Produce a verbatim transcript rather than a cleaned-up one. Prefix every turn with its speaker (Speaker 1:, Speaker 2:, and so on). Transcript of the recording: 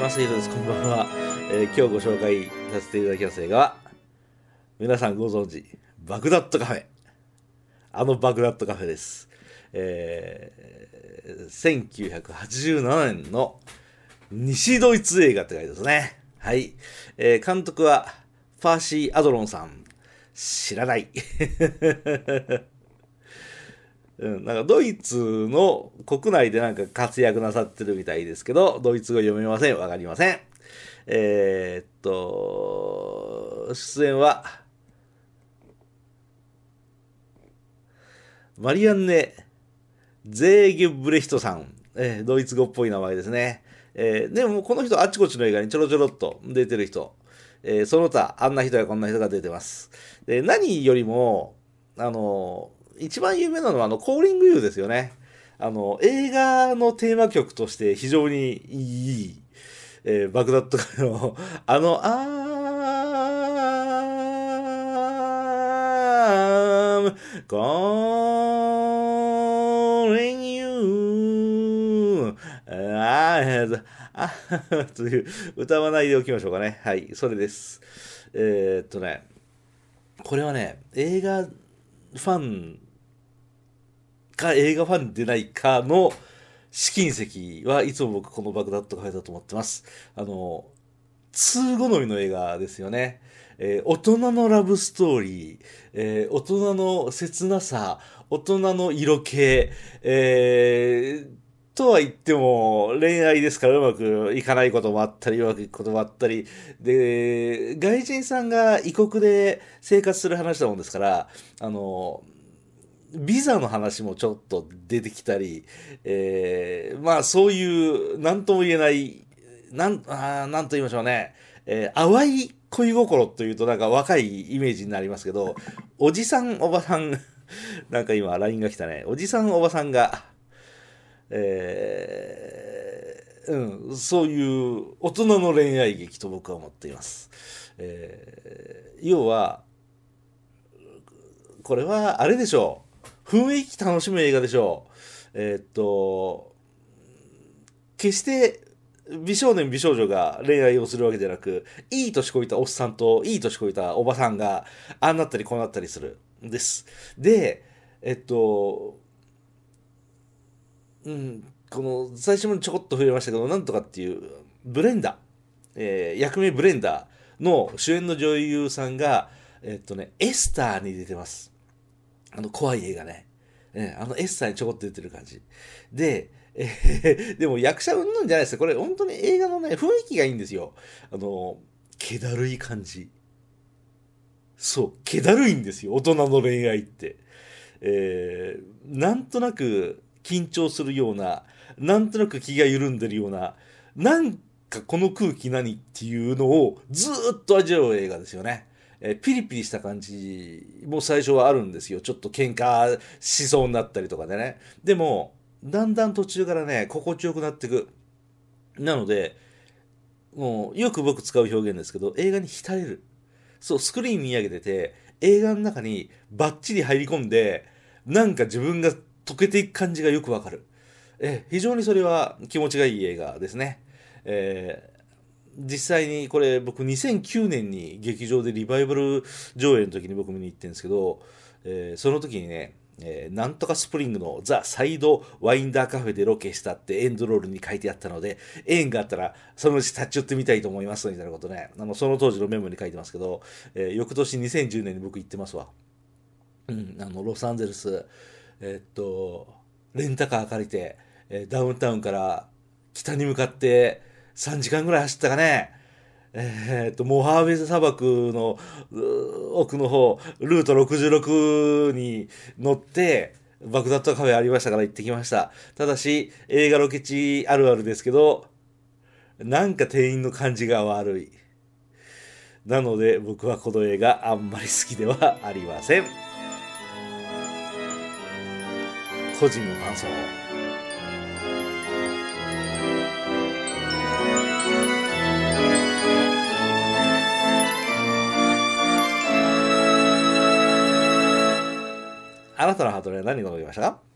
Speaker 1: マスヒロです。こんばんは、えー今日ご紹介させていただきます映画は、皆さんご存知、バグダッドカフェ。あのバグダッドカフェです。えー、せんきゅうひゃくはちじゅうななねんの西ドイツ映画って書いてますね。はい。えー監督は、ファーシー・アドロンさん。知らない。うん、なんかドイツの国内でなんか活躍なさってるみたいですけど、ドイツ語読めません。わかりません。えーっと、出演は、マリアンネ・ゼーゲブレヒトさん。えードイツ語っぽい名前ですね。えーでもこの人あっちこっちの映画にちょろちょろっと出てる人。えーその他、あんな人やこんな人が出てます。で、何よりも、あの、一番有名なのはあの、コーリングユーですよね。あの、映画のテーマ曲として非常にいい、えーバグダッドカの、あの、I'm calling you, I had, あという歌わないでおきましょうかね。はい、それです。えーっとね、これはね、映画ファンか映画ファンでないかの試金石はいつも僕このバグダッドカフェだと思ってます。あの、通好みの映画ですよね。えー大人のラブストーリー、えー大人の切なさ、大人の色気、えーとは言っても恋愛ですからうまくいかないこともあったり、うまくいくこともあったり、で、外人さんが異国で生活する話だもんですから、あの、ビザの話もちょっと出てきたり、えーまあそういう、なんとも言えない、なん、あーなんと言いましょうね、えー淡い恋心というとなんか若いイメージになりますけど、おじさんおばさん、なんか今 ライン が来たね、おじさんおばさんが、えーうん、そういう大人の恋愛劇と僕は思っています。えー要は、これはあれでしょう。雰囲気楽しむ映画でしょう。えーっと、決して美少年美少女が恋愛をするわけじゃなく、いい年こいたおっさんといい年こいたおばさんがああなったりこうなったりするんです。で、えっと、うん、この最初もちょこっと触れましたけど、なんとかっていうブレンダー、えー役名ブレンダーの主演の女優さんが、えっとね、エスターに出てます。あの、怖い映画ね。えーあの、エッサーにちょこっと出てる感じ。で、えーでも役者うんぬんじゃないですよ。これ本当に映画のね、雰囲気がいいんですよ。あの、気だるい感じ。そう、気だるいんですよ。大人の恋愛って。えーなんとなく緊張するような、なんとなく気が緩んでるような、なんかこの空気何っていうのをずーっと味わう映画ですよね。えーピリピリした感じも最初はあるんですよ。ちょっと喧嘩しそうになったりとかでね。でも、だんだん途中からね、心地よくなっていく。なので、もうよく僕使う表現ですけど、映画に浸れる。そう、スクリーン見上げてて、映画の中にバッチリ入り込んで、なんか自分が溶けていく感じがよくわかる。え、非常にそれは気持ちがいい映画ですね。えー実際にこれ僕にせんきゅうねんに劇場でリバイバル上映の時に僕見に行ってるんですけど、えーその時にね、えーなんとかスプリングのザ・サイド・ワインダーカフェでロケしたってエンドロールに書いてあったので、縁があったらそのうち立ち寄ってみたいと思いますみたいなことね、あのその当時のメモに書いてますけど、えー翌年にせんじゅうねんに僕行ってますわ。うん、あのロサンゼルス、えーっと、レンタカー借りて、えーダウンタウンから北に向かってさんじかんぐらい走ったかね。えーっと、モハーベ砂漠のう奥の方、ルートろくじゅうろくに乗って、バグダッドカフェありましたから行ってきました。ただし、映画ロケ地あるあるですけど、なんか店員の感じが悪い。なので僕はこの映画あんまり好きではありません。個人の感想。あなたのハートには何が起きましたか？